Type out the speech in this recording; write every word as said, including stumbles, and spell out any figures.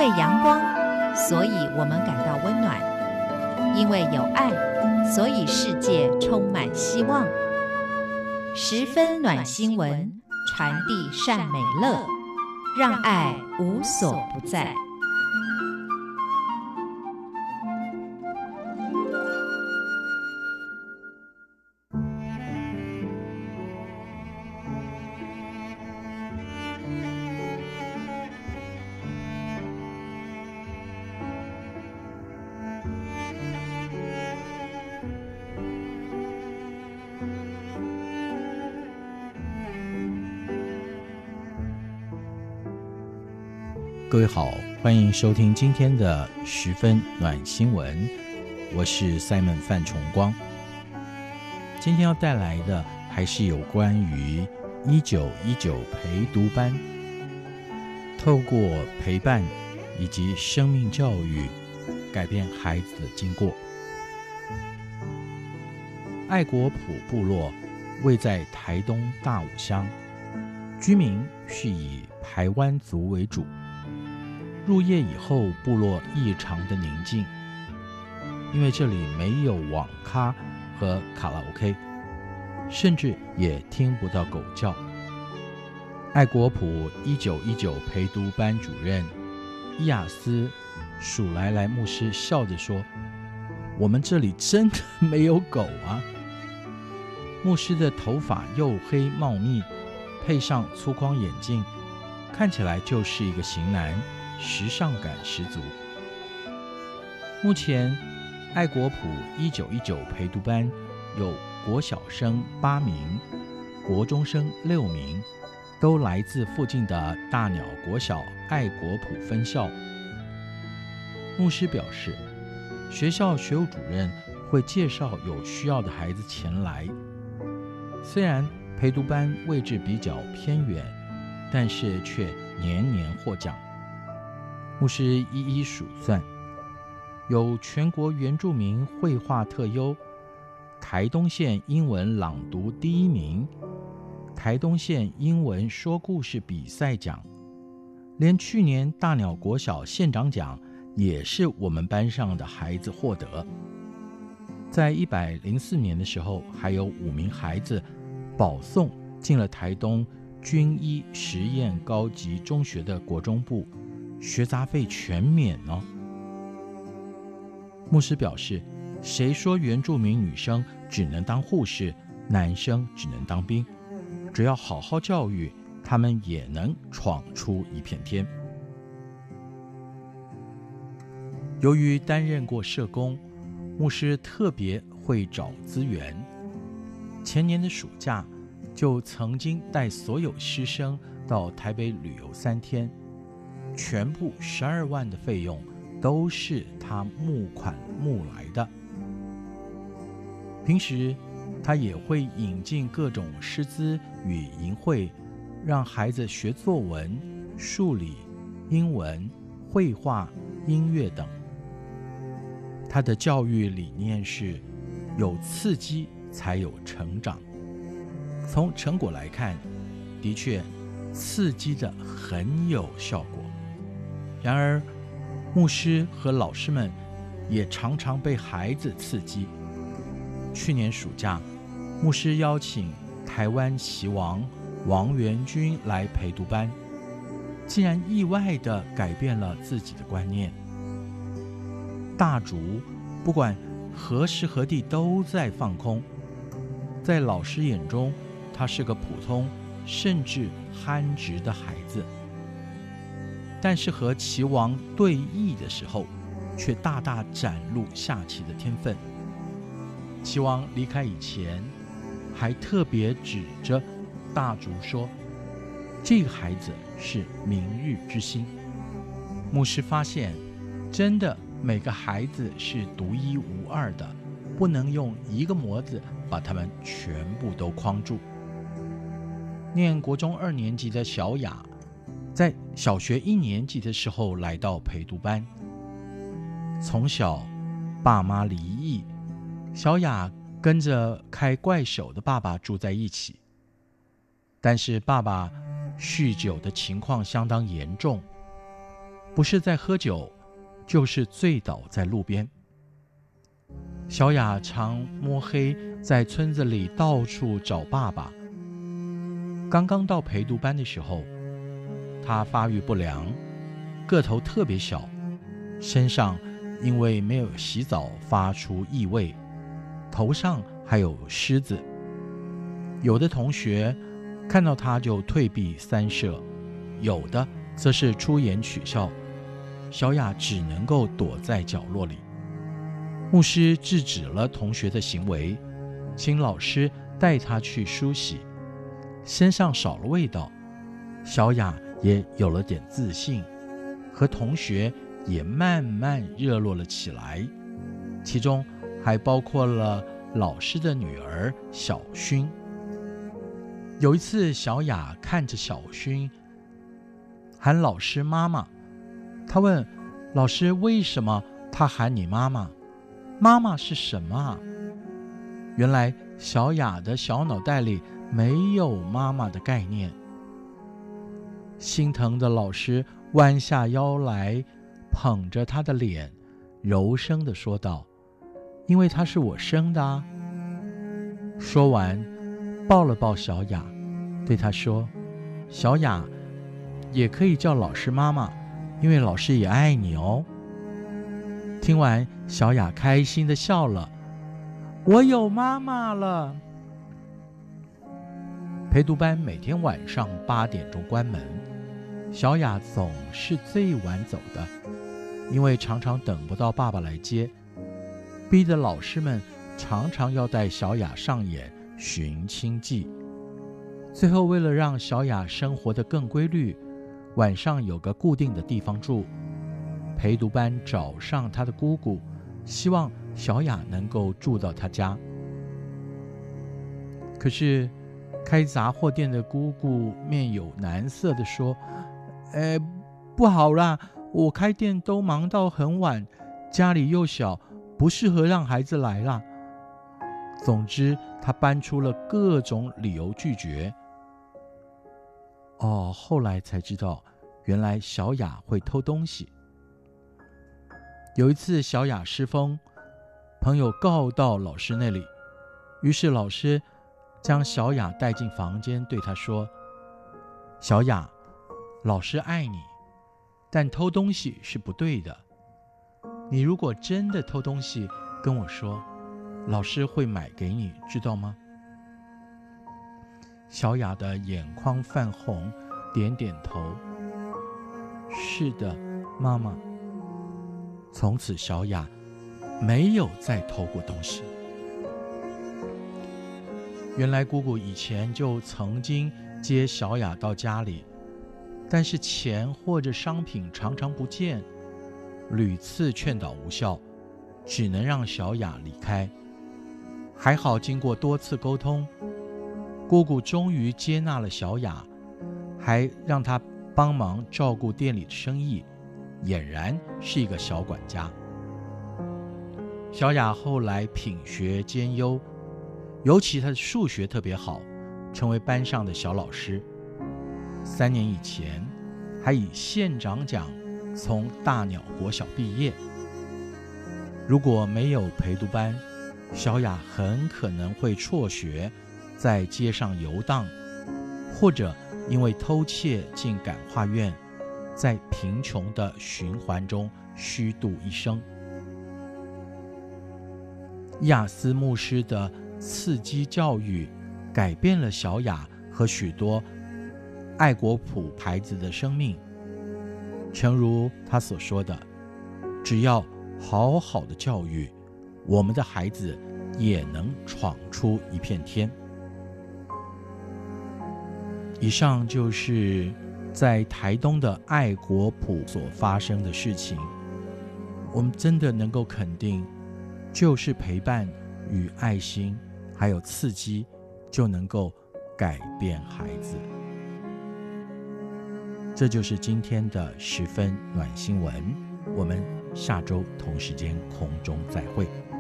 为阳光，所以我们感到温暖；因为有爱，所以世界充满希望。十分暖新闻，传递善美乐，让爱无所不在。 各位好，欢迎收听今天的十分暖新闻，我是 Simon 范崇光。今天要带来的还是有关于一九一九陪读班，透过陪伴以及生命教育改变孩子的经过。爱国埔部落位在台东大武乡，居民是以排湾族为主。入夜以后，部落异常的宁静，因为这里没有网咖和卡拉 OK， 甚至也听不到狗叫。爱国埔一九一九陪读班主任伊亚斯属来来牧师笑着说：“我们这里真的没有狗啊！”牧师的头发又黑茂密，配上粗框眼镜，看起来就是一个型男，时尚感十足。目前爱国埔一九一九陪读班有国小生八名，国中生六名，都来自附近的大鸟国小爱国埔分校。牧师表示，学校学务主任会介绍有需要的孩子前来。虽然陪读班位置比较偏远，但是却年年获奖。牧师一一数算，有全国原住民绘画特优、台东县英文朗读第一名、台东县英文说故事比赛奖，连去年大鸟国小县长奖也是我们班上的孩子获得。在一百零四年的时候，还有五名孩子保送进了台东军医实验高级中学的国中部，学杂费全免哦。牧师表示，谁说原住民女生只能当护士，男生只能当兵？只要好好教育，他们也能闯出一片天。由于担任过社工，牧师特别会找资源。前年的暑假，就曾经带所有师生到台北旅游三天，全部十二万的费用都是他募款募来的。平时他也会引进各种师资与营会，让孩子学作文、数理、英文、绘画、音乐等。他的教育理念是有刺激才有成长。从成果来看，的确刺激的很有效果。然而牧师和老师们也常常被孩子刺激。去年暑假，牧师邀请台湾棋王王元军来陪读班，竟然意外地改变了自己的观念。大竹不管何时何地都在放空，在老师眼中，他是个普通甚至憨直的孩子，但是和棋王对弈的时候，却大大展露下棋的天分。棋王离开以前，还特别指着大竹说：“这个孩子是明日之星。”牧师发现，真的每个孩子是独一无二的，不能用一个模子把他们全部都框住。念国中二年级的小雅，在小学一年级的时候来到陪读班。从小爸妈离异，小雅跟着开怪手的爸爸住在一起，但是爸爸酗酒的情况相当严重， 不是在喝酒，就是醉倒在路边。小雅常摸黑在村子里到处找爸爸。刚刚到陪读班的时候，她发育不良，个头特别小，身上因为没有洗澡发出异味，头上还有虱子。有的同学看到她就退避三舍，有的则是出言取笑，小雅只能够躲在角落里。牧师制止了同学的行为，请老师带她去梳洗，身上少了味道，小雅也有了点自信，和同学也慢慢热络了起来，其中还包括了老师的女儿小薰。有一次，小雅看着小薰喊老师妈妈，她问老师为什么她喊你妈妈？妈妈是什么啊？原来小雅的小脑袋里没有妈妈的概念。心疼的老师弯下腰来，捧着她的脸，柔声地说道：因为她是我生的啊。说完，抱了抱小雅，对她说：小雅，也可以叫老师妈妈，因为老师也爱你哦。听完，小雅开心地笑了，我有妈妈了。陪读班每天晚上八点钟关门，小雅总是最晚走的，因为常常等不到爸爸来接，逼得老师们常常要带小雅上演寻亲记。最后，为了让小雅生活得更规律，晚上有个固定的地方住，陪读班找上她的姑姑，希望小雅能够住到她家。可是开杂货店的姑姑面有难色地说：哎，不好啦，我开店都忙到很晚，家里又小，不适合让孩子来啦。总之，她搬出了各种理由拒绝。哦，后来才知道，原来小雅会偷东西。有一次，小雅失风，朋友告到老师那里，于是老师将小雅带进房间，对她说：小雅，老师爱你，但偷东西是不对的。你如果真的偷东西，跟我说，老师会买给你，知道吗？小雅的眼眶泛红，点点头：是的，妈妈。从此，小雅没有再偷过东西。原来姑姑以前就曾经接小雅到家里，但是钱或者商品常常不见，屡次劝导无效，只能让小雅离开。还好经过多次沟通，姑姑终于接纳了小雅，还让她帮忙照顾店里的生意，俨然是一个小管家。小雅后来品学兼优，尤其她的数学特别好，成为班上的小老师。三年以前，还以县长奖从大鸟国小毕业。如果没有陪读班，小雅很可能会辍学，在街上游荡，或者因为偷窃进感化院，在贫穷的循环中虚度一生。亚斯牧师的刺激教育改变了小雅和许多爱国谱孩子的生命。诚如他所说的，只要好好的教育，我们的孩子也能闯出一片天。以上就是在台东的爱国谱所发生的事情。我们真的能够肯定，就是陪伴与爱心还有刺激，就能够改变孩子。这就是今天的十分暖新闻，我们下周同时间空中再会。